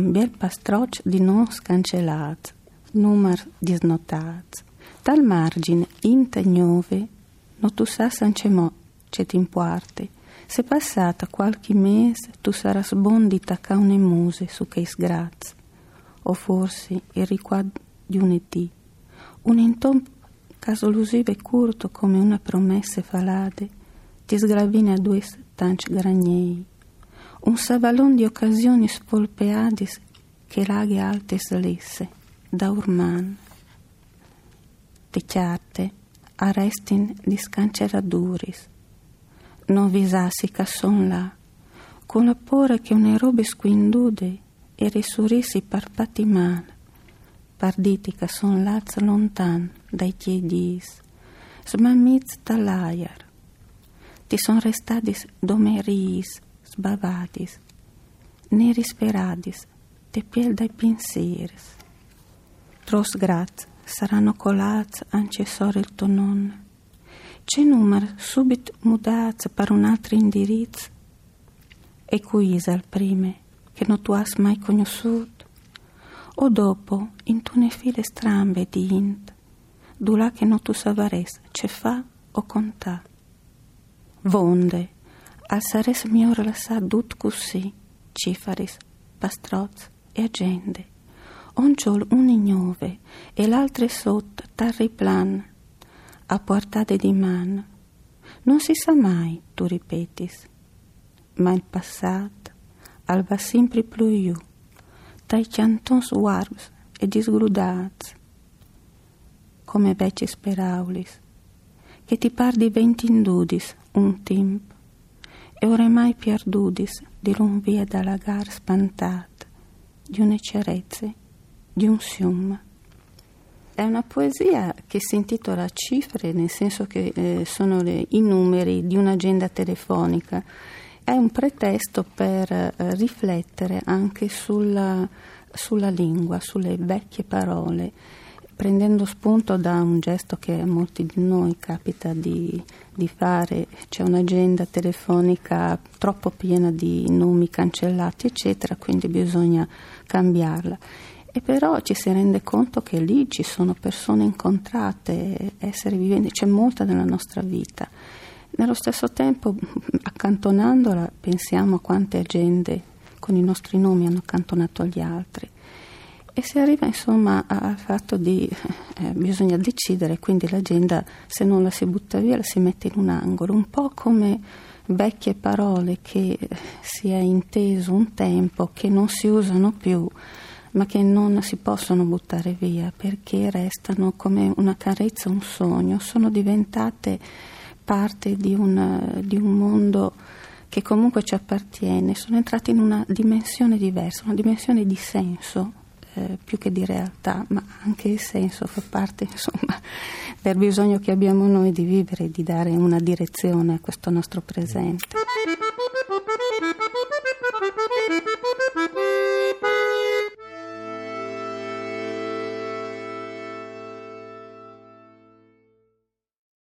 un bel pastroc di non scancellati, numeri disnotati. Dal margine, inte gnove, non tu sa sancemò, c'è t'importe. Se passata qualche mese, tu saras bon di tacca une muse su che sgrazia. O forse il ricordo di un'età. Un intom casolusivo e curto come una promessa falade, ti sgravina a due tanci gragnei. Un savalon di occasioni spolpeadis che laghe alte slesse, da urman. Te chiarte, arrestin di scanceraduris. Non visassi che son là, con la pora che une robe squindude e resurissi parpati mal, parditi che son laz lontan dai chiedis, smamiz dall'aiar. Ti son restadis domeris, sbavadis, neri speradis, te piel dai pensieris. Tros graz saranno colats anche il tonon. C'è numero subito mudato per un altro indirizzo? E quisa al prime, che non tu has mai conosciuto? O dopo, in tune file strambe di int, là che non tu savares, ce fa o contà? Vonde, al sares migliore la sa dut così, cifaris, pastroz e agende. Onciol un ignove e l'altre sotto tarri plan, a portata di mano. Non si sa mai, tu ripetis, ma il passato alba sempre più, dai cantons warms e disgrudats, come vecchi speraulis, che ti par di ventindudis un tempo, e oramai pierdudis di l'un via dalla gar spantata, di une cerezze, di un sium. È una poesia che si intitola Cifre, nel senso che sono i numeri di un'agenda telefonica. È un pretesto per riflettere anche sulla lingua, sulle vecchie parole, prendendo spunto da un gesto che a molti di noi capita di fare. C'è un'agenda telefonica troppo piena di nomi cancellati, eccetera, quindi bisogna cambiarla. E però ci si rende conto che lì ci sono persone incontrate, esseri viventi, c'è molta della nostra vita. Nello stesso tempo, accantonandola, pensiamo a quante agende con i nostri nomi hanno accantonato gli altri. E si arriva insomma al fatto di bisogna decidere, quindi l'agenda, se non la si butta via, la si mette in un angolo, un po' come vecchie parole che si è inteso un tempo, che non si usano più, ma che non si possono buttare via perché restano come una carezza, un sogno, sono diventate parte di un mondo che comunque ci appartiene, sono entrate in una dimensione diversa, una dimensione di senso più che di realtà, ma anche il senso fa parte insomma del bisogno che abbiamo noi di vivere, di dare una direzione a questo nostro presente.